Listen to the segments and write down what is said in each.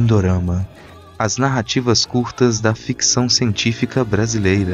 Pindorama, as narrativas curtas da ficção científica brasileira.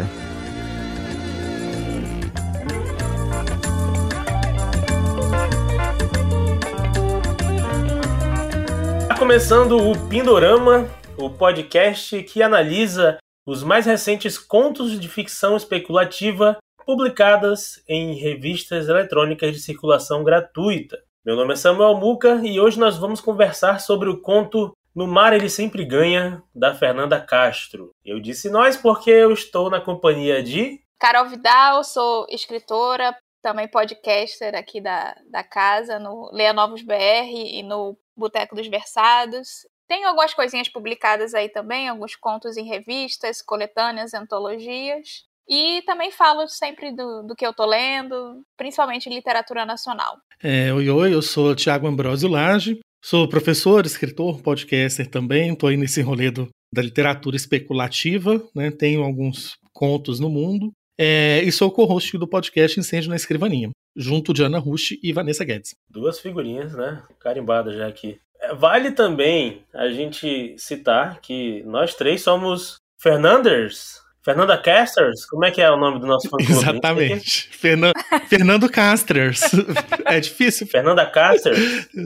Começando o Pindorama, o podcast que analisa os mais recentes contos de ficção especulativa publicadas em revistas eletrônicas de circulação gratuita. Meu nome é Samuel Muca e hoje nós vamos conversar sobre o conto No Mar Ele Sempre Ganha, da Fernanda Castro. Eu disse nós porque eu estou na companhia de... Carol Vidal, sou escritora, também podcaster aqui da casa, no Leia Novos BR e no Boteco dos Versados. Tenho algumas coisinhas publicadas aí também, alguns contos em revistas, coletâneas, antologias. E também falo sempre do que eu tô lendo, principalmente literatura nacional. Oi, eu sou Thiago Ambrosio Lage, sou professor, escritor, podcaster também, tô aí nesse rolê da literatura especulativa, né? Tenho alguns contos no mundo, e sou co-host do podcast Incêndio na Escrivaninha, junto de Ana Rush e Vanessa Guedes. Duas figurinhas, né? Carimbadas já aqui. Vale também a gente citar que nós três somos Fernanda Casters? Como é que é o nome do nosso fã-clube? Exatamente. Fernando Casters. É difícil. Fernanda Casters?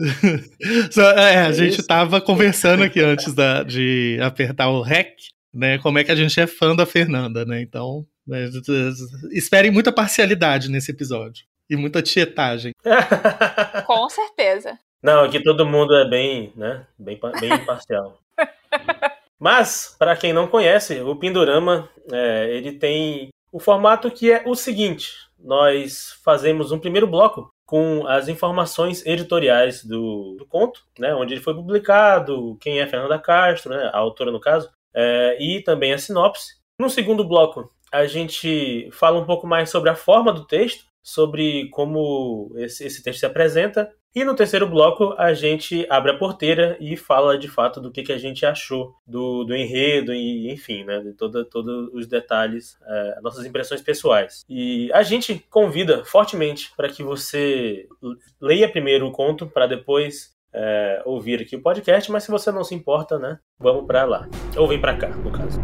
A gente estava conversando aqui antes de apertar o REC, né? Como é que a gente é fã da Fernanda, né? Então, esperem muita parcialidade nesse episódio. E muita tietagem. Com certeza. Não, aqui todo mundo é bem, né? Bem imparcial. Mas, para quem não conhece, o Pindorama, ele tem o formato que é o seguinte. Nós fazemos um primeiro bloco com as informações editoriais do conto, né, onde ele foi publicado, quem é Fernanda Castro, né, a autora no caso, e também a sinopse. No segundo bloco, a gente fala um pouco mais sobre a forma do texto, sobre como esse texto se apresenta. E no terceiro bloco, a gente abre a porteira e fala, de fato, do que a gente achou do enredo e, enfim, né, de todos os detalhes, nossas impressões pessoais. E a gente convida fortemente para que você leia primeiro o conto, para depois ouvir aqui o podcast, mas se você não se importa, né, vamos para lá. Ou vem para cá, no caso.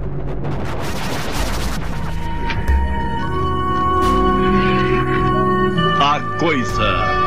A Coisa.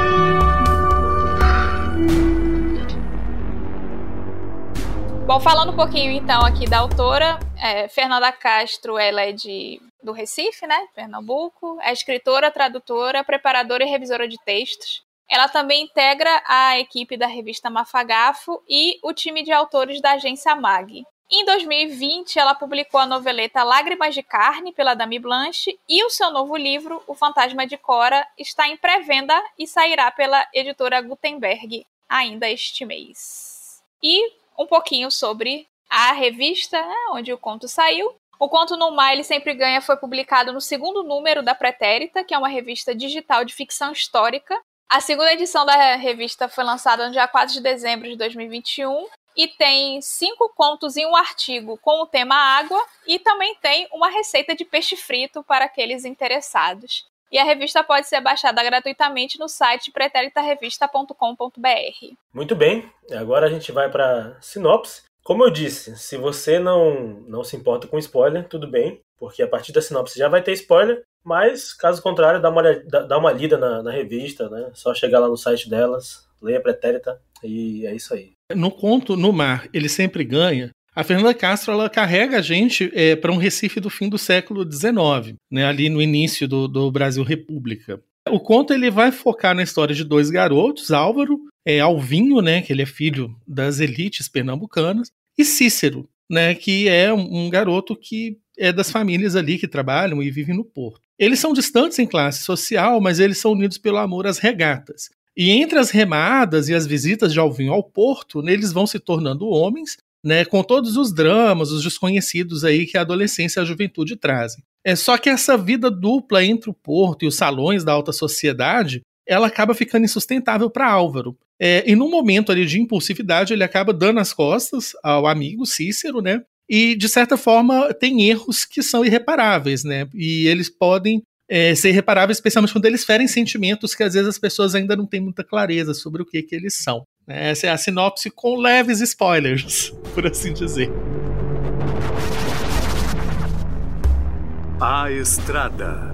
Bom, falando um pouquinho então aqui da autora, Fernanda Castro, ela é do Recife, né, Pernambuco, é escritora, tradutora, preparadora e revisora de textos. Ela também integra a equipe da revista Mafagafo e o time de autores da agência MAG. Em 2020, ela publicou a noveleta Lágrimas de Carne, pela Dame Blanche, e o seu novo livro, O Fantasma de Cora, está em pré-venda e sairá pela editora Gutenberg ainda este mês. E um pouquinho sobre a revista, né, onde o conto saiu. O conto No Mar Ele Sempre Ganha foi publicado no segundo número da Pretérita, que é uma revista digital de ficção histórica. A segunda edição da revista foi lançada no dia 4 de dezembro de 2021 e tem 5 contos e um artigo com o tema água e também tem uma receita de peixe frito para aqueles interessados. E a revista pode ser baixada gratuitamente no site preteritarevista.com.br. Muito bem, agora a gente vai para sinopse. Como eu disse, se você não se importa com spoiler, tudo bem, porque a partir da sinopse já vai ter spoiler, mas caso contrário, dá uma lida na revista, né? Só chegar lá no site delas, leia a Pretérita e é isso aí. No conto No Mar Ele Sempre Ganha, a Fernanda Castro ela carrega a gente para um Recife do fim do século XIX, né, ali no início do Brasil República. O conto ele vai focar na história de 2 garotos, Álvaro, Alvinho, né, que ele é filho das elites pernambucanas, e Cícero, né, que é um garoto que é das famílias ali que trabalham e vivem no porto. Eles são distantes em classe social, mas eles são unidos pelo amor às regatas. E entre as remadas e as visitas de Alvinho ao porto, eles vão se tornando homens, né, com todos os dramas, os desconhecidos aí que a adolescência e a juventude trazem. Só que essa vida dupla entre o porto e os salões da alta sociedade, ela acaba ficando insustentável para Álvaro. E num momento ali de impulsividade, ele acaba dando as costas ao amigo Cícero, né, e de certa forma tem erros que são irreparáveis, né, e eles podem ser irreparáveis, especialmente quando eles ferem sentimentos que às vezes as pessoas ainda não têm muita clareza sobre o que eles são. Essa é a sinopse com leves spoilers, por assim dizer. A Estrada.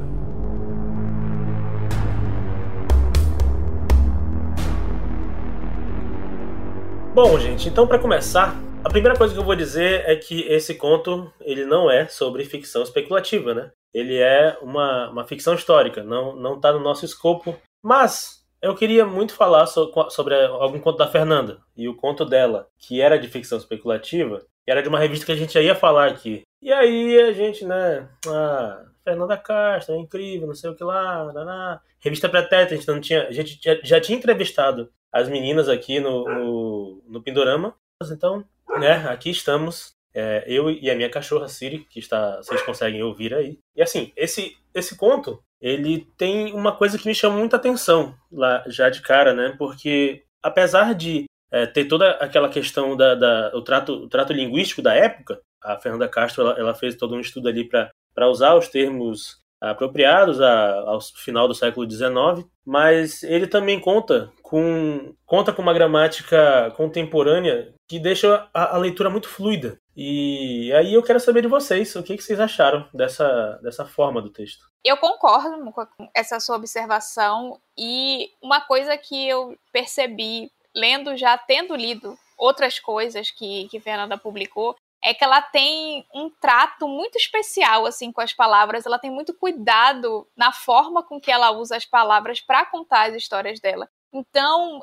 Bom, gente, então para começar, a primeira coisa que eu vou dizer é que esse conto, ele não é sobre ficção especulativa, né? Ele é uma ficção histórica, não tá no nosso escopo, mas eu queria muito falar sobre algum conto da Fernanda, e o conto dela, que era de ficção especulativa, era de uma revista que a gente já ia falar aqui. E aí a gente, né, Fernanda Castro, é incrível, não sei o que lá, revista Pretérito, a gente já tinha entrevistado as meninas aqui no Pindorama, então, né, aqui estamos, eu e a minha cachorra Siri, que vocês conseguem ouvir aí. E assim, esse conto, ele tem uma coisa que me chama muita atenção lá já de cara, né, porque apesar de ter toda aquela questão o trato linguístico da época, a Fernanda Castro ela fez todo um estudo ali para usar os termos apropriados ao final do século XIX, mas ele também conta com uma gramática contemporânea que deixa a leitura muito fluida. E aí eu quero saber de vocês, o que vocês acharam dessa forma do texto? Eu concordo com essa sua observação, e uma coisa que eu percebi tendo lido outras coisas que Fernanda publicou, é que ela tem um trato muito especial assim com as palavras. Ela tem muito cuidado na forma com que ela usa as palavras para contar as histórias dela. Então,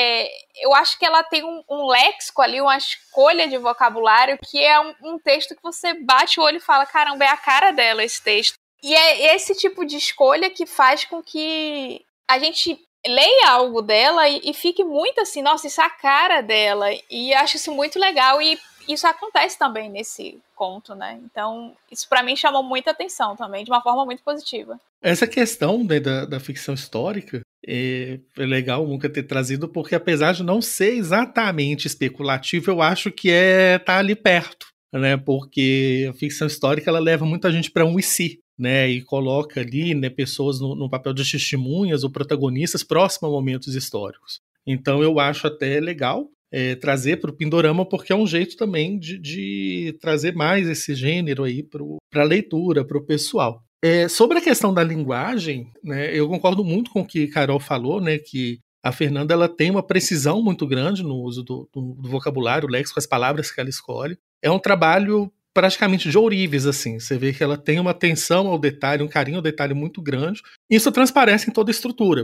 eu acho que ela tem um léxico ali, uma escolha de vocabulário, que é um texto que você bate o olho e fala, caramba, é a cara dela esse texto. E é esse tipo de escolha que faz com que a gente leia algo dela e fique muito assim, nossa, isso é a cara dela. E acho isso muito legal, e isso acontece também nesse conto, né? Então, isso pra mim chamou muita atenção também, de uma forma muito positiva. Essa questão, né, da ficção histórica é legal nunca ter trazido, porque apesar de não ser exatamente especulativo, eu acho que tá ali perto, né? Porque a ficção histórica ela leva muita gente para um e si, né? E coloca ali, né, pessoas no papel de testemunhas ou protagonistas próximos a momentos históricos. Então eu acho até legal trazer para o Pindorama, porque é um jeito também de trazer mais esse gênero aí para a leitura, para o pessoal. Sobre a questão da linguagem, né, eu concordo muito com o que Carol falou, né, que a Fernanda ela tem uma precisão muito grande no uso do vocabulário, o léxico, as palavras que ela escolhe. É um trabalho praticamente de ourives, assim. Você vê que ela tem uma atenção ao detalhe, um carinho ao detalhe muito grande. Isso transparece em toda a estrutura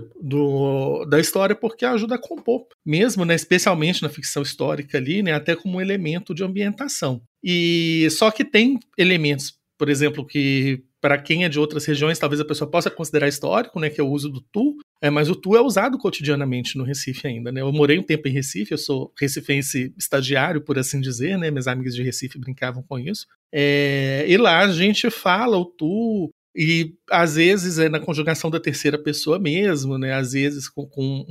da história, porque ajuda a compor, mesmo, né, especialmente na ficção histórica ali, né, até como um elemento de ambientação. E só que tem elementos, por exemplo, que para quem é de outras regiões, talvez a pessoa possa considerar histórico, né, que é o uso do tu, mas o tu é usado cotidianamente no Recife ainda, né? Eu morei um tempo em Recife, eu sou recifense estagiário, por assim dizer, né? Minhas amigas de Recife brincavam com isso. E lá a gente fala o tu, e às vezes é na conjugação da terceira pessoa mesmo, né? Às vezes com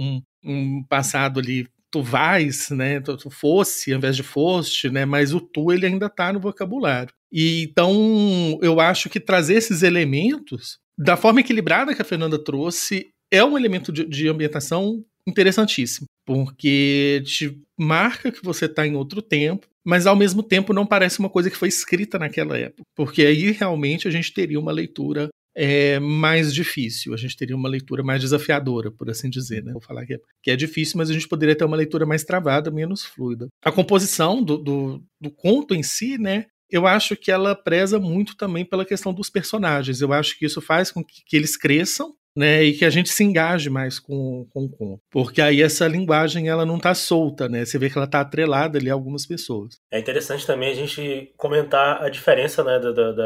um passado ali, tu vais, né? Tu fosse, ao invés de foste, né? Mas o tu ele ainda tá no vocabulário. E então eu acho que trazer esses elementos da forma equilibrada que a Fernanda trouxe é um elemento de ambientação interessantíssimo, porque te marca que você está em outro tempo, mas ao mesmo tempo não parece uma coisa que foi escrita naquela época, porque aí realmente a gente teria uma leitura mais difícil, a gente teria uma leitura mais desafiadora, por assim dizer, né? Vou falar que é difícil, mas a gente poderia ter uma leitura mais travada, menos fluida. A composição do conto em si, né? Eu acho que ela preza muito também pela questão dos personagens. Eu acho que isso faz com que eles cresçam, né, e que a gente se engaje mais com o conto. Porque aí essa linguagem ela não está solta, né? Você vê que ela está atrelada ali a algumas pessoas. É interessante também a gente comentar a diferença, né,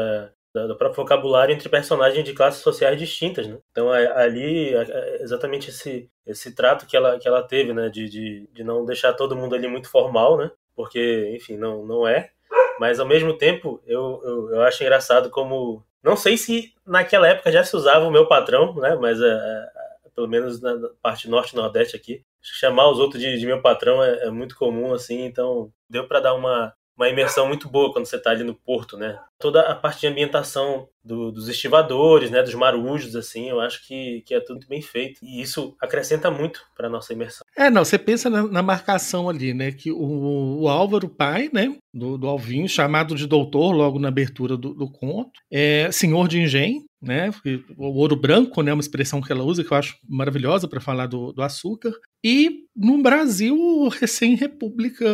do próprio vocabulário entre personagens de classes sociais distintas, né? Então ali exatamente esse trato que ela teve, né, de não deixar todo mundo ali muito formal, né? Porque, enfim, não é. Mas ao mesmo tempo eu acho engraçado como, não sei se naquela época já se usava o meu patrão, né? Mas pelo menos na parte norte e nordeste aqui, chamar os outros de meu patrão é muito comum, assim. Então deu para dar uma uma imersão muito boa quando você está ali no porto, né? Toda a parte de ambientação dos estivadores, né, dos marujos, assim, eu acho que é tudo bem feito. E isso acrescenta muito para nossa imersão. Não, você pensa na marcação ali, né, que o Álvaro, pai, né, do Alvinho, chamado de doutor logo na abertura do conto, é senhor de engenho, né, o ouro branco, né, uma expressão que ela usa que eu acho maravilhosa para falar do açúcar. E no Brasil, recém-república,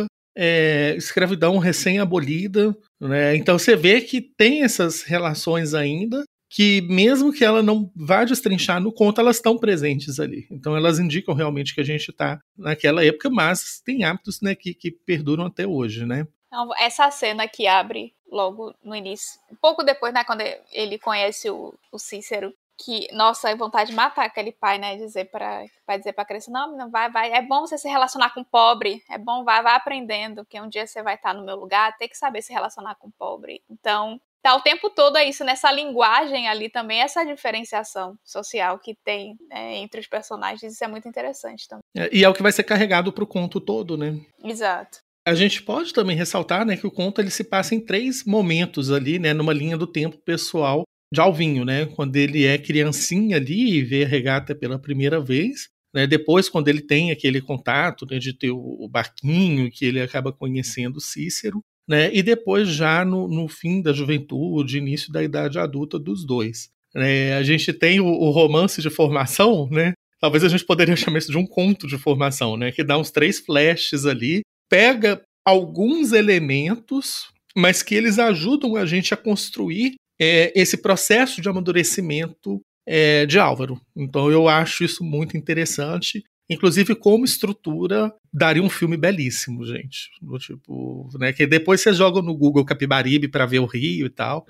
escravidão recém-abolida, né? Então você vê que tem essas relações ainda, que mesmo que ela não vá destrinchar no conto, elas estão presentes ali. Então elas indicam realmente que a gente está naquela época, mas tem hábitos, né, que perduram até hoje, né? Então, essa cena que abre logo no início, um pouco depois, né, quando ele conhece o Cícero, que, nossa, é vontade de matar aquele pai, né, dizer pra criança, não, vai, é bom você se relacionar com o pobre, é bom, vai aprendendo, que um dia você vai estar no meu lugar, tem que saber se relacionar com o pobre. Então, tá o tempo todo isso, nessa linguagem ali também, essa diferenciação social que tem, né, entre os personagens, isso é muito interessante também. E é o que vai ser carregado pro conto todo, né? Exato. A gente pode também ressaltar, né, que o conto ele se passa em 3 momentos ali, né, numa linha do tempo pessoal de Alvinho, né, quando ele é criancinha ali e vê a regata pela primeira vez, né, depois quando ele tem aquele contato, né, de ter o barquinho, que ele acaba conhecendo Cícero, né, e depois já no fim da juventude, início da idade adulta dos dois. A gente tem o romance de formação, né, talvez a gente poderia chamar isso de um conto de formação, né, que dá uns 3 flashes ali, pega alguns elementos, mas que eles ajudam a gente a construir esse processo de amadurecimento de Álvaro. Então eu acho isso muito interessante. Inclusive, como estrutura, daria um filme belíssimo, gente. Tipo, né, que depois você joga no Google Capibaribe para ver o rio e tal.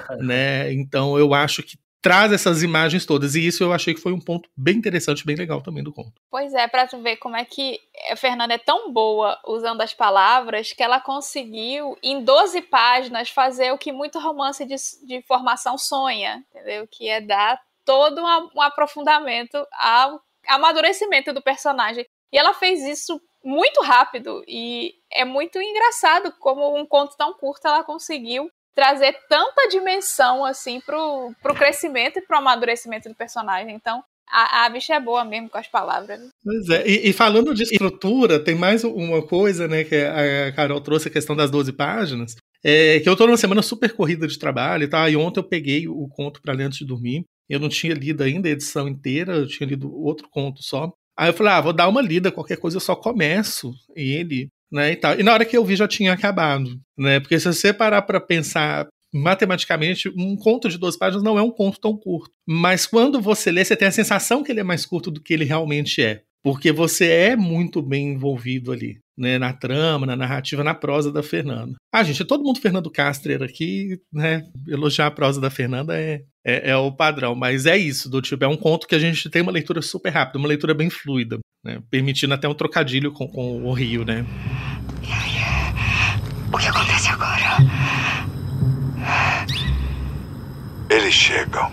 Né? Então eu acho que traz essas imagens todas, e isso eu achei que foi um ponto bem interessante, bem legal também do conto. Pois é, pra tu ver como é que a Fernanda é tão boa usando as palavras que ela conseguiu, em 12 páginas, fazer o que muito romance de formação sonha, entendeu? Que é dar todo um aprofundamento ao amadurecimento do personagem. E ela fez isso muito rápido, e é muito engraçado como um conto tão curto ela conseguiu trazer tanta dimensão assim pro crescimento e pro amadurecimento do personagem. Então, a bicha é boa mesmo com as palavras. Pois é, e falando de estrutura, tem mais uma coisa, né, que a Carol trouxe, a questão das 12 páginas, que eu tô numa semana super corrida de trabalho, tá? E ontem eu peguei o conto para ler antes de dormir. Eu não tinha lido ainda a edição inteira, eu tinha lido outro conto só. Aí eu falei, vou dar uma lida, qualquer coisa eu só começo ele, né, e tal. E na hora que eu vi já tinha acabado, né? Porque se você parar para pensar matematicamente, um conto de 12 páginas não é um conto tão curto. Mas quando você lê, você tem a sensação que ele é mais curto do que ele realmente é. Porque você é muito bem envolvido ali, né, na trama, na narrativa, na prosa da Fernanda. Gente, todo mundo Fernando Castrer aqui, né, elogiar a prosa da Fernanda é o padrão, mas é isso, do tipo, é um conto que a gente tem uma leitura super rápida, uma leitura bem fluida, né, permitindo até um trocadilho com o Rio, né. E aí, o que acontece agora? Eles chegam.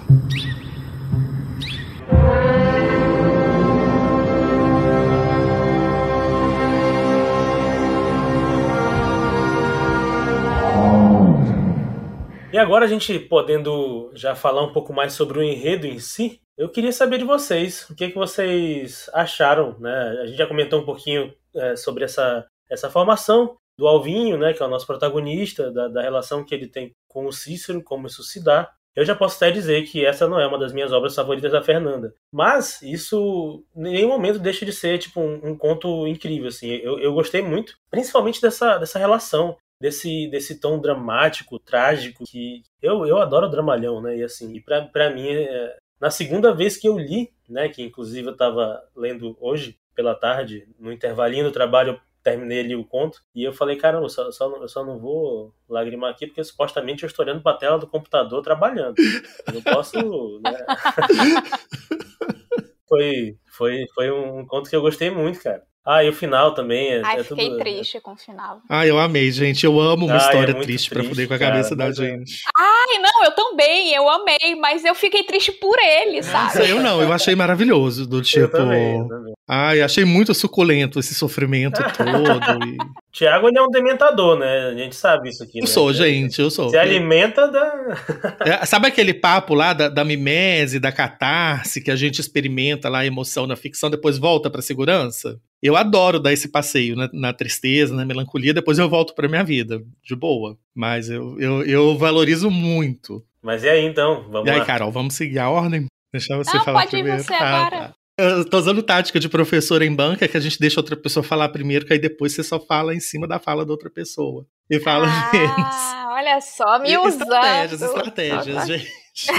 E agora a gente podendo já falar um pouco mais sobre o enredo em si, eu queria saber de vocês, o que vocês acharam, né? A gente já comentou um pouquinho sobre essa formação do Alvinho, né, que é o nosso protagonista, da relação que ele tem com o Cícero, como isso se dá. Eu já posso até dizer que essa não é uma das minhas obras favoritas da Fernanda. Mas isso em nenhum momento deixa de ser tipo, um conto incrível. Assim. Eu gostei muito, principalmente dessa relação, desse tom dramático, trágico, que eu adoro dramalhão, né? E assim, e pra mim, na segunda vez que eu li, né, que inclusive eu estava lendo hoje pela tarde, no intervalinho do trabalho, eu terminei ali o conto, e eu falei, caramba, eu só não vou lagrimar aqui, porque supostamente eu estou olhando para a tela do computador trabalhando. Eu não posso, né? Foi um conto que eu gostei muito, cara. E o final também Fiquei tudo... triste com o final. Eu amei, gente. Eu amo uma história muito triste pra fuder com a cabeça da gente. Não, eu também, eu amei, mas eu fiquei triste por ele, sabe? Eu não, eu achei maravilhoso, do tipo... Eu também. Achei muito suculento esse sofrimento todo. Tiago, ele é um dementador, né? A gente sabe isso aqui, Eu sou, gente, eu sou. Se alimenta da... Sabe aquele papo lá da mimese, da catarse, que a gente experimenta lá a emoção na ficção, depois volta pra segurança? Eu adoro dar esse passeio na tristeza, na melancolia, depois eu volto pra minha vida, de boa. Mas eu valorizo muito. Mas e aí, então? Vamos lá. E aí, Carol, vamos seguir a ordem? Deixar você falar pode primeiro. Ir você agora. Tá. Eu tô usando tática de professor em banca, que a gente deixa outra pessoa falar primeiro, que aí depois você só fala em cima da fala da outra pessoa. E fala menos. Olha só, me usando. Estratégias, gente.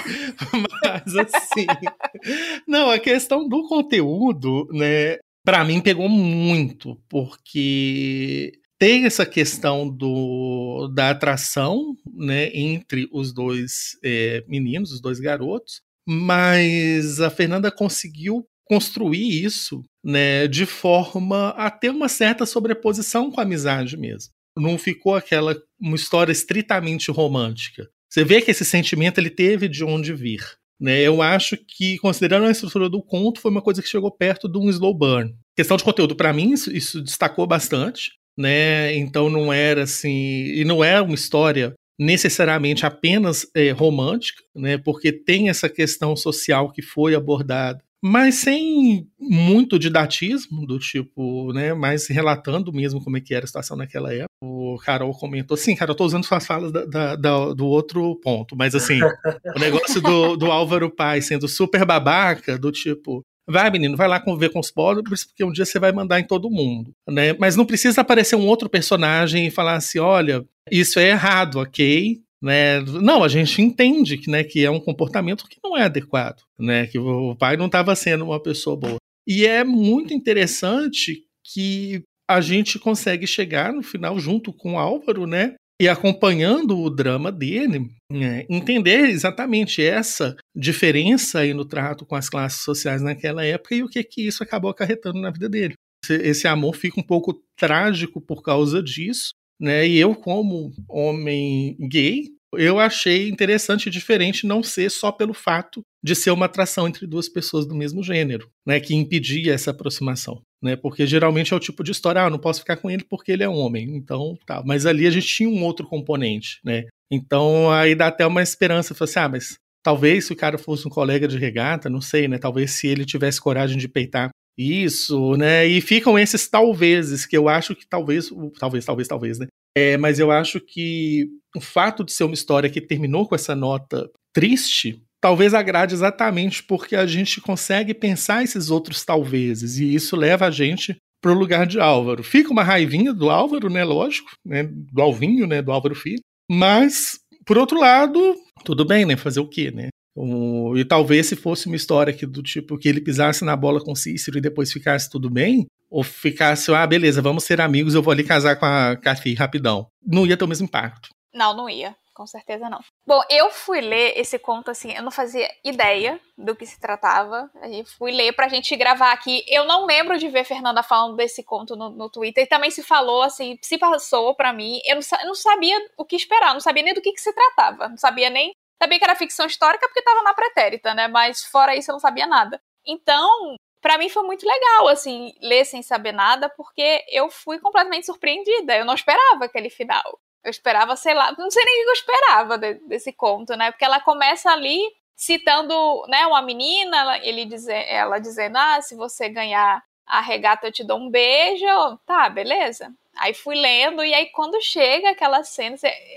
Mas assim... Não, a questão do conteúdo, né, pra mim pegou muito, porque tem essa questão da atração, né, entre os dois meninos, os dois garotos, mas a Fernanda conseguiu construir isso, né, de forma a ter uma certa sobreposição com a amizade mesmo. Não ficou uma história estritamente romântica. Você vê que esse sentimento ele teve de onde vir. Né? Eu acho que, considerando a estrutura do conto, foi uma coisa que chegou perto de um slow burn. Questão de conteúdo, para mim, isso destacou bastante. Né? Então não era assim... E não é uma história necessariamente apenas romântica, né? Porque tem essa questão social que foi abordada, mas sem muito didatismo, do tipo, né, mas relatando mesmo como é que era a situação naquela época. O Carol comentou, sim, cara, eu tô usando suas falas do outro ponto, mas assim, o negócio do Álvaro Paz sendo super babaca, do tipo, vai menino, vai lá conviver com os pobres, porque um dia você vai mandar em todo mundo, né, mas não precisa aparecer um outro personagem e falar assim, olha, isso é errado, ok? Né? Não, a gente entende que, né, que é um comportamento que não é adequado, né, que o pai não estava sendo uma pessoa boa. E é muito interessante que a gente consegue chegar no final junto com o Álvaro, né, e acompanhando o drama dele, né, entender exatamente essa diferença aí no trato com as classes sociais naquela época e o que isso acabou acarretando na vida dele. Esse amor fica um pouco trágico por causa disso, né? E eu, como homem gay, eu achei interessante e diferente não ser só pelo fato de ser uma atração entre duas pessoas do mesmo gênero, né? Que impedia essa aproximação, né? Porque geralmente é o tipo de história, eu não posso ficar com ele porque ele é homem, então tá. Mas ali a gente tinha um outro componente, né? Então aí dá até uma esperança, assim, mas talvez se o cara fosse um colega de regata, não sei, né? Talvez se ele tivesse coragem de peitar isso, né? E ficam esses talvezes, que eu acho que talvez, né? Mas eu acho que o fato de ser uma história que terminou com essa nota triste, talvez agrade exatamente porque a gente consegue pensar esses outros talvezes, e isso leva a gente pro lugar de Álvaro. Fica uma raivinha do Álvaro, né? Lógico, né? Do Alvinho, né? Do Álvaro Filho. Mas, por outro lado, tudo bem, né? Fazer o quê, né? E talvez se fosse uma história que do tipo que ele pisasse na bola com Cícero e depois ficasse tudo bem, ou ficasse, beleza, vamos ser amigos, eu vou ali casar com a Cathy rapidão. Não ia ter o mesmo impacto. Não ia, com certeza não. Bom, eu fui ler esse conto assim, eu não fazia ideia do que se tratava, aí fui ler pra gente gravar aqui. Eu não lembro de ver Fernanda falando desse conto no Twitter, e também se falou assim, se passou pra mim, eu não sabia o que esperar, não sabia nem do que se tratava, não sabia nem... Sabia que era ficção histórica porque estava na pretérita, né? Mas fora isso eu não sabia nada. Então, pra mim foi muito legal, assim, ler sem saber nada, porque eu fui completamente surpreendida. Eu não esperava aquele final. Eu esperava, sei lá, não sei nem o que eu esperava desse conto, né? Porque ela começa ali citando, né, uma menina, ela dizendo, se você ganhar a regata eu te dou um beijo. Tá, beleza. Aí fui lendo, e aí quando chega aquela cena,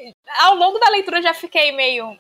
ao longo da leitura eu já fiquei meio,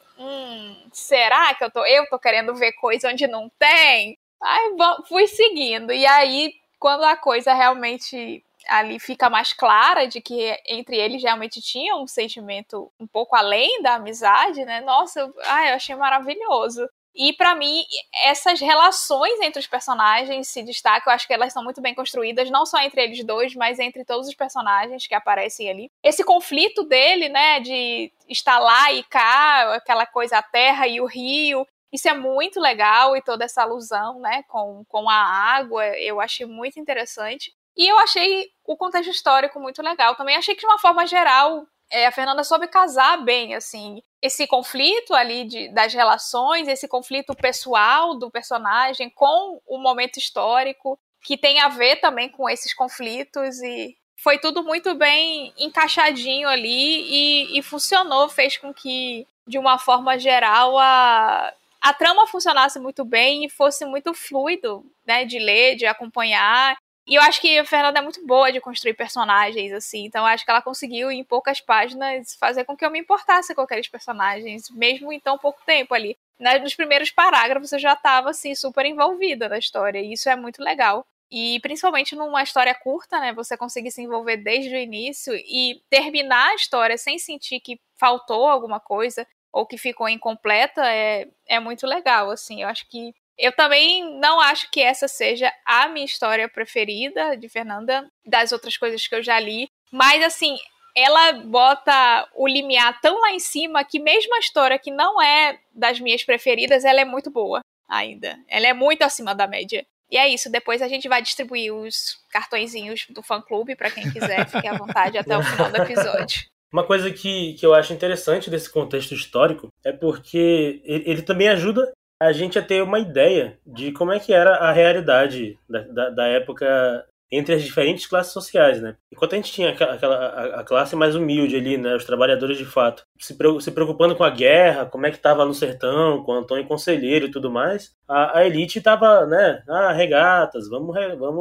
será que eu tô querendo ver coisa onde não tem? Aí fui seguindo, e aí quando a coisa realmente ali fica mais clara de que entre eles realmente tinha um sentimento um pouco além da amizade, né? Nossa, eu achei maravilhoso. E pra mim, essas relações entre os personagens se destacam. Eu acho que elas são muito bem construídas, não só entre eles dois, mas entre todos os personagens que aparecem ali. Esse conflito dele, né, de estar lá e cá, aquela coisa, a terra e o rio, isso é muito legal, e toda essa alusão, né, com a água, eu achei muito interessante. E eu achei o contexto histórico muito legal. Também achei que, de uma forma geral, a Fernanda soube casar bem, assim, esse conflito ali das relações, esse conflito pessoal do personagem com o momento histórico, que tem a ver também com esses conflitos, e foi tudo muito bem encaixadinho ali e funcionou, fez com que, de uma forma geral, a trama funcionasse muito bem e fosse muito fluido, né, de ler, de acompanhar. E eu acho que a Fernanda é muito boa de construir personagens, assim, então eu acho que ela conseguiu, em poucas páginas, fazer com que eu me importasse com aqueles personagens, mesmo em tão pouco tempo ali. Nos primeiros parágrafos eu já estava, assim, super envolvida na história, e isso é muito legal. E principalmente numa história curta, né, você conseguir se envolver desde o início e terminar a história sem sentir que faltou alguma coisa ou que ficou incompleta é muito legal, assim. Eu acho que eu também não acho que essa seja a minha história preferida de Fernanda, das outras coisas que eu já li. Mas, assim, ela bota o limiar tão lá em cima que mesmo a história que não é das minhas preferidas, ela é muito boa ainda. Ela é muito acima da média. E é isso, depois a gente vai distribuir os cartõezinhos do fã-clube para quem quiser, fique à vontade até o final do episódio. Uma coisa que eu acho interessante desse contexto histórico é porque ele também ajuda a gente a ter uma ideia de como é que era a realidade da época entre as diferentes classes sociais, né? Enquanto a gente tinha a classe mais humilde ali, né? Os trabalhadores de fato, se preocupando com a guerra, como é que estava no sertão, com Antônio Conselheiro e tudo mais, a elite estava, né? regatas, vamos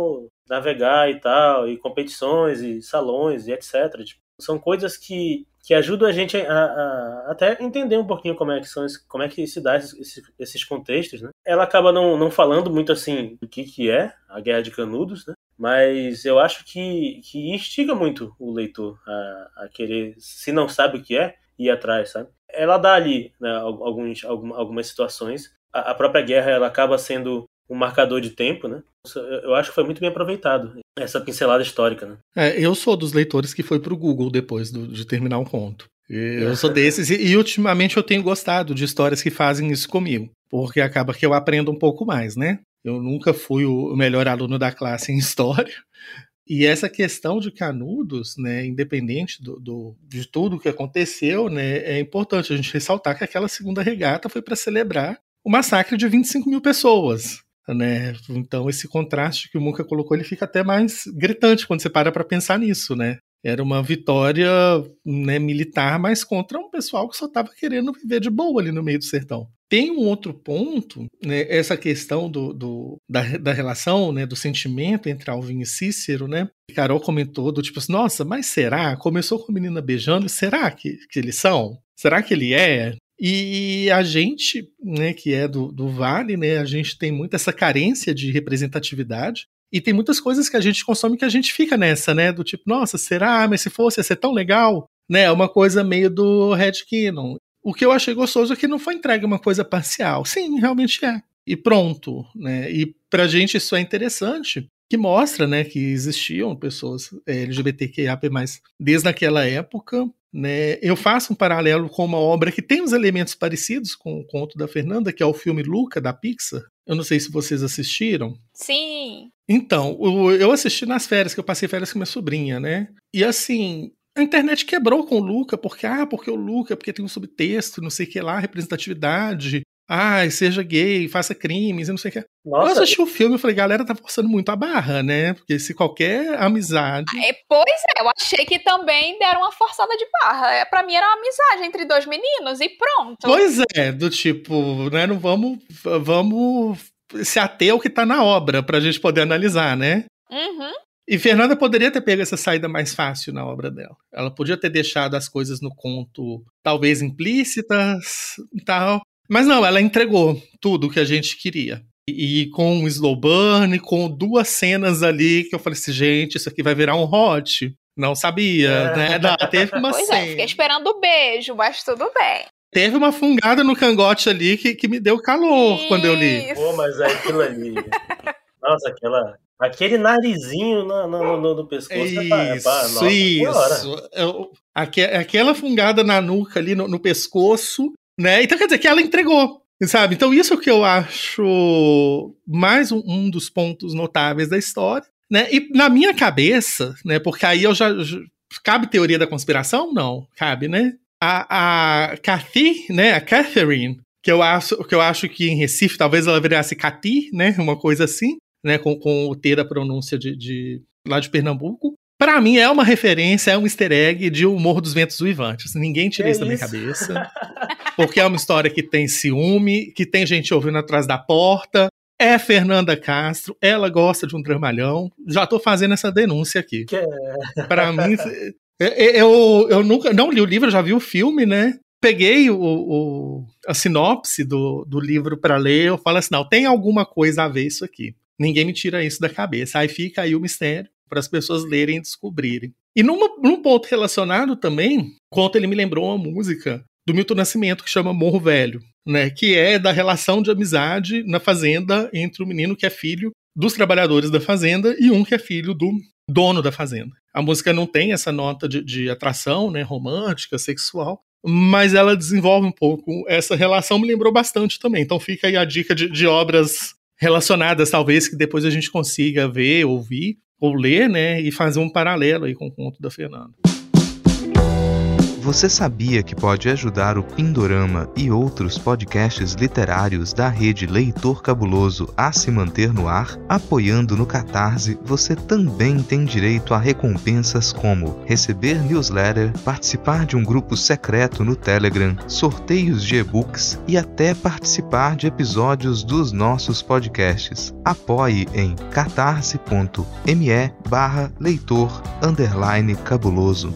navegar e tal, e competições, e salões, e etc. Tipo, são coisas que ajudam a gente a até entender um pouquinho como é que se dá esses contextos, né? Ela acaba não falando muito assim do que é a Guerra de Canudos, né? Mas eu acho que instiga muito o leitor a querer, se não sabe o que é, ir atrás, sabe? Ela dá ali, né, algumas situações. A própria guerra ela acaba sendo um marcador de tempo, né? Eu acho que foi muito bem aproveitado essa pincelada histórica, né? Eu sou dos leitores que foi pro Google depois de terminar um conto. Eu sou desses e ultimamente eu tenho gostado de histórias que fazem isso comigo, porque acaba que eu aprendo um pouco mais, né? Eu nunca fui o melhor aluno da classe em história. E essa questão de Canudos, né, independente de tudo que aconteceu, né, é importante a gente ressaltar que aquela segunda regata foi para celebrar o massacre de 25 mil pessoas. Né? Então esse contraste que o Mucha colocou, ele fica até mais gritante quando você para pensar nisso, né? Era uma vitória, né, militar, mas contra um pessoal que só estava querendo viver de boa ali no meio do sertão. Tem um outro ponto, né, essa questão da relação, né, do sentimento entre Alvin e Cícero, né? Carol comentou do tipo assim, nossa, mas será? Começou com a menina beijando, será que eles são? Será que ele é? E a gente, né, que é do Vale, né, a gente tem muito essa carência de representatividade e tem muitas coisas que a gente consome que a gente fica nessa, né, do tipo, nossa, será? Mas se fosse, ia ser tão legal, né, uma coisa meio do Red Kenon. O que eu achei gostoso é que não foi entregue uma coisa parcial. Sim, realmente é. E pronto, né, e pra gente isso é interessante, que mostra, né, que existiam pessoas LGBTQIA+, desde aquela época. Né, eu faço um paralelo com uma obra que tem uns elementos parecidos com o conto da Fernanda, que é o filme Luca, da Pixar. Eu não sei se vocês assistiram. Sim. Então, eu assisti nas férias, que eu passei férias com minha sobrinha, né? E assim, a internet quebrou com o Luca, porque o Luca, porque tem um subtexto, não sei o que lá, representatividade. Seja gay, faça crimes e não sei o que. Nossa, eu assisti o filme e falei, galera, tá forçando muito a barra, né? Porque se qualquer amizade... Pois é, eu achei que também deram uma forçada de barra. Pra mim era uma amizade entre dois meninos e pronto. Pois é, do tipo, né, não vamos se ater ao que tá na obra pra gente poder analisar, né? Uhum. E Fernanda poderia ter pego essa saída mais fácil na obra dela. Ela podia ter deixado as coisas no conto talvez implícitas e tal... Mas não, ela entregou tudo o que a gente queria. E com um slow burn, com 2 cenas ali, que eu falei assim, gente, isso aqui vai virar um hot. Não sabia, né? Não, teve uma pois cena. Fiquei esperando o beijo, mas tudo bem. Teve uma fungada no cangote ali que me deu calor quando eu li. Pô, mas é aquilo ali. Nossa, aquele narizinho no pescoço. Isso. Aquela fungada na nuca ali, no pescoço... Né? Então quer dizer que ela entregou, sabe? Então isso que eu acho mais um dos pontos notáveis da história, né? E na minha cabeça, né? Porque aí eu já cabe teoria da conspiração? Não, cabe, né? A Cathy, né? A Catherine, que eu acho que em Recife talvez ela virasse Cathy, né? Uma coisa assim, né? Com o T da pronúncia lá de Pernambuco. Pra mim é uma referência, é um easter egg de O Morro dos Ventos Uivantes. Ninguém tira isso da minha cabeça. Porque é uma história que tem ciúme, que tem gente ouvindo atrás da porta. É Fernanda Castro, ela gosta de um dramalhão. Já tô fazendo essa denúncia aqui. Pra mim, eu nunca não li o livro, já vi o filme, né? Peguei a sinopse do livro pra ler, eu falo assim, não, tem alguma coisa a ver isso aqui. Ninguém me tira isso da cabeça. Aí fica aí o mistério para as pessoas lerem e descobrirem. E num ponto relacionado também, conto ele me lembrou uma música do Milton Nascimento que chama Morro Velho, né? Que é da relação de amizade na fazenda entre o menino que é filho dos trabalhadores da fazenda e um que é filho do dono da fazenda. A música não tem essa nota de atração, né, romântica, sexual, mas ela desenvolve um pouco essa relação, me lembrou bastante também. Então fica aí a dica de obras relacionadas, talvez, que depois a gente consiga ver, ouvir, ou ler, né, e fazer um paralelo aí com o conto da Fernanda. Você sabia que pode ajudar o Pindorama e outros podcasts literários da rede Leitor Cabuloso a se manter no ar? Apoiando no Catarse, você também tem direito a recompensas como receber newsletter, participar de um grupo secreto no Telegram, sorteios de e-books e até participar de episódios dos nossos podcasts. Apoie em catarse.me/leitor_cabuloso.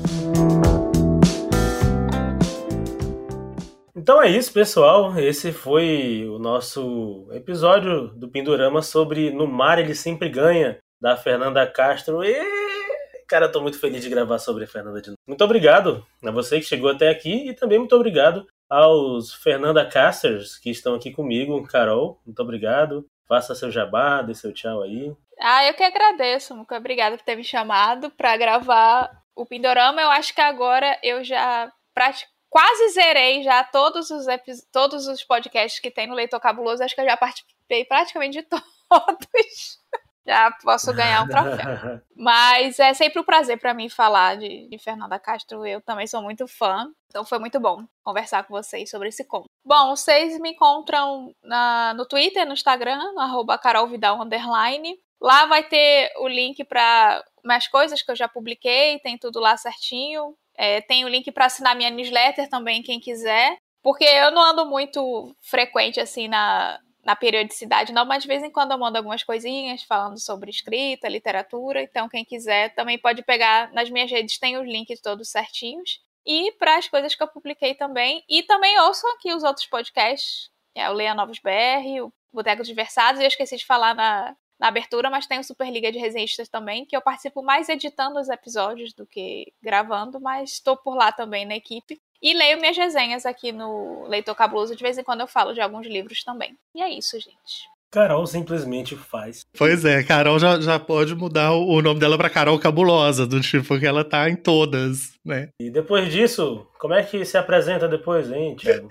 Então é isso, pessoal. Esse foi o nosso episódio do Pindorama sobre No Mar Ele Sempre Ganha, da Fernanda Castro. E, cara, eu tô muito feliz de gravar sobre a Fernanda de novo. Muito obrigado a você que chegou até aqui e também muito obrigado aos Fernanda Casters que estão aqui comigo. Carol, muito obrigado. Faça seu jabá, dê seu tchau aí. Eu que agradeço, muito obrigada por ter me chamado para gravar o Pindorama. Eu acho que agora eu já quase zerei já todos os podcasts que tem no Leitor Cabuloso. Acho que eu já participei praticamente de todos. Já posso ganhar um troféu. Mas é sempre um prazer para mim falar de Fernanda Castro. Eu também sou muito fã. Então foi muito bom conversar com vocês sobre esse conto. Bom, vocês me encontram no Twitter, no Instagram, no @carolvidal_. Lá vai ter o link para mais coisas que eu já publiquei. Tem tudo lá certinho. Tem o link para assinar minha newsletter também, quem quiser. Porque eu não ando muito frequente assim na periodicidade, não, mas de vez em quando eu mando algumas coisinhas falando sobre escrita, literatura. Então, quem quiser também pode pegar nas minhas redes, tem os links todos certinhos. E para as coisas que eu publiquei também. E também ouçam aqui os outros podcasts. O Leia Novos BR, o Boteco dos Versados. Eu esqueci de falar na abertura, mas tem o Superliga de Resenhistas também, que eu participo mais editando os episódios do que gravando, mas estou por lá também na equipe. E leio minhas resenhas aqui no Leitor Cabuloso, de vez em quando eu falo de alguns livros também. E é isso, gente. Carol simplesmente faz. Pois é, Carol já pode mudar o nome dela pra Carol Cabulosa, do tipo que ela tá em todas, né? E depois disso, como é que se apresenta depois, hein, Thiago?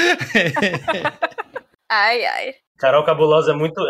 Ai. Carol Cabulosa é muito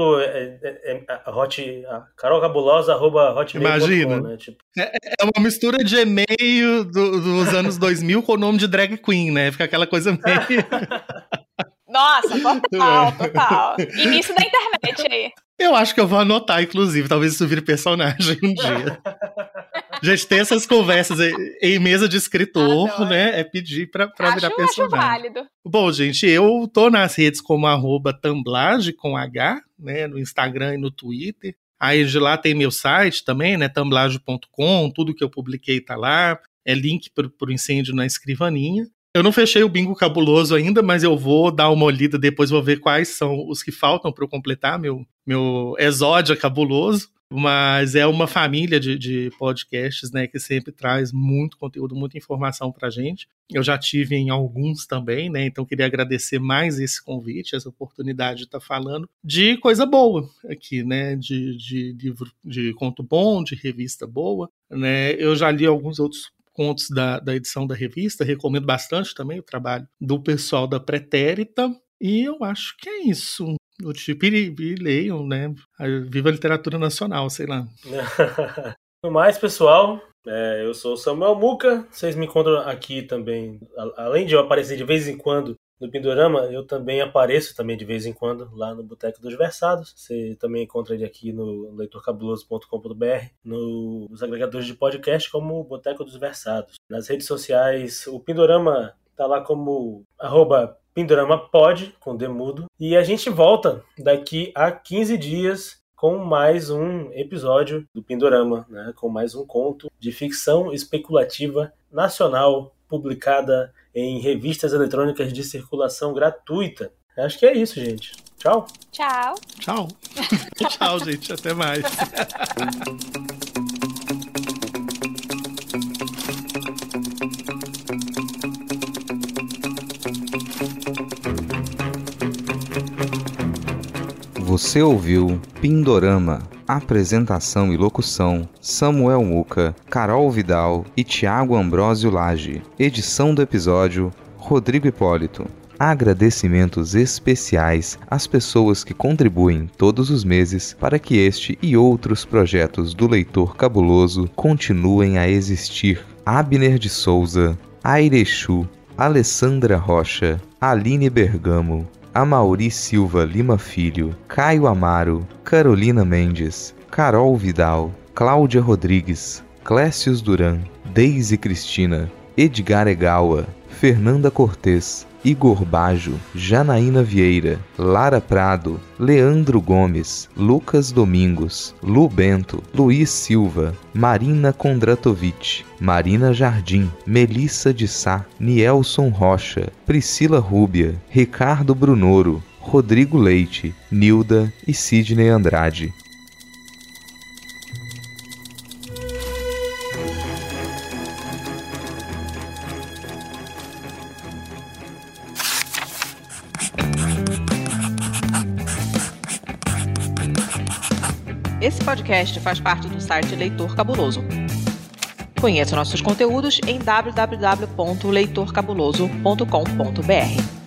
Carol Cabulosa @hotmail.com, imagina, né? Tipo. É uma mistura de e-mail dos anos 2000 com o nome de drag queen, né? Fica aquela coisa meio... Nossa, total. Início da internet aí. Eu acho que eu vou anotar, inclusive. Talvez isso vire personagem um dia. A gente tem essas conversas em mesa de escritor, né? É pedir pra virar personagem. Acho válido. Bom, gente, eu tô nas redes como @tamblage com H, né? No Instagram e no Twitter. Aí de lá tem meu site também, né? tamblage.com. Tudo que eu publiquei tá lá. É link pro incêndio na escrivaninha. Eu não fechei o bingo cabuloso ainda, mas eu vou dar uma olhada depois, vou ver quais são os que faltam para eu completar meu exódio cabuloso. Mas é uma família de podcasts, né, que sempre traz muito conteúdo, muita informação pra gente. Eu já tive em alguns também, né, então queria agradecer mais esse convite, essa oportunidade de estar falando de coisa boa aqui, né, de livro, de conto bom, de revista boa, né. Eu já li alguns outros contos da edição da revista, recomendo bastante também o trabalho do pessoal da Pretérita. E eu acho que é isso. E leiam, né? Viva a literatura nacional, sei lá. No mais, pessoal, eu sou o Samuel Muca. Vocês me encontram aqui também. Além de eu aparecer de vez em quando no Pindorama, eu também apareço também de vez em quando lá no Boteco dos Versados. Você também encontra ele aqui no leitorcabuloso.com.br, nos agregadores de podcast como o Boteco dos Versados. Nas redes sociais, o Pindorama tá lá como @PindoramaPod, com D mudo. E a gente volta daqui a 15 dias com mais um episódio do Pindorama, né? Com mais um conto de ficção especulativa nacional, publicada em revistas eletrônicas de circulação gratuita. Acho que é isso, gente. Tchau. Tchau. Tchau. Tchau, gente. Até mais. Você ouviu Pindorama. Apresentação e locução: Samuel Muca, Carol Vidal e Thiago Ambrósio Lage. Edição do episódio: Rodrigo Hipólito. Agradecimentos especiais às pessoas que contribuem todos os meses para que este e outros projetos do Leitor Cabuloso continuem a existir. Abner de Souza, Airechu, Alessandra Rocha, Aline Bergamo, Amauri Silva Lima Filho, Caio Amaro, Carolina Mendes, Carol Vidal, Cláudia Rodrigues, Clécius Duran, Deise Cristina, Edgar Egawa, Fernanda Cortez, Igor Bajo, Janaína Vieira, Lara Prado, Leandro Gomes, Lucas Domingos, Lu Bento, Luiz Silva, Marina Kondratovic, Marina Jardim, Melissa de Sá, Nielson Rocha, Priscila Rúbia, Ricardo Brunoro, Rodrigo Leite, Nilda e Sidney Andrade. Esse podcast faz parte do site Leitor Cabuloso. Conheça nossos conteúdos em www.leitorcabuloso.com.br.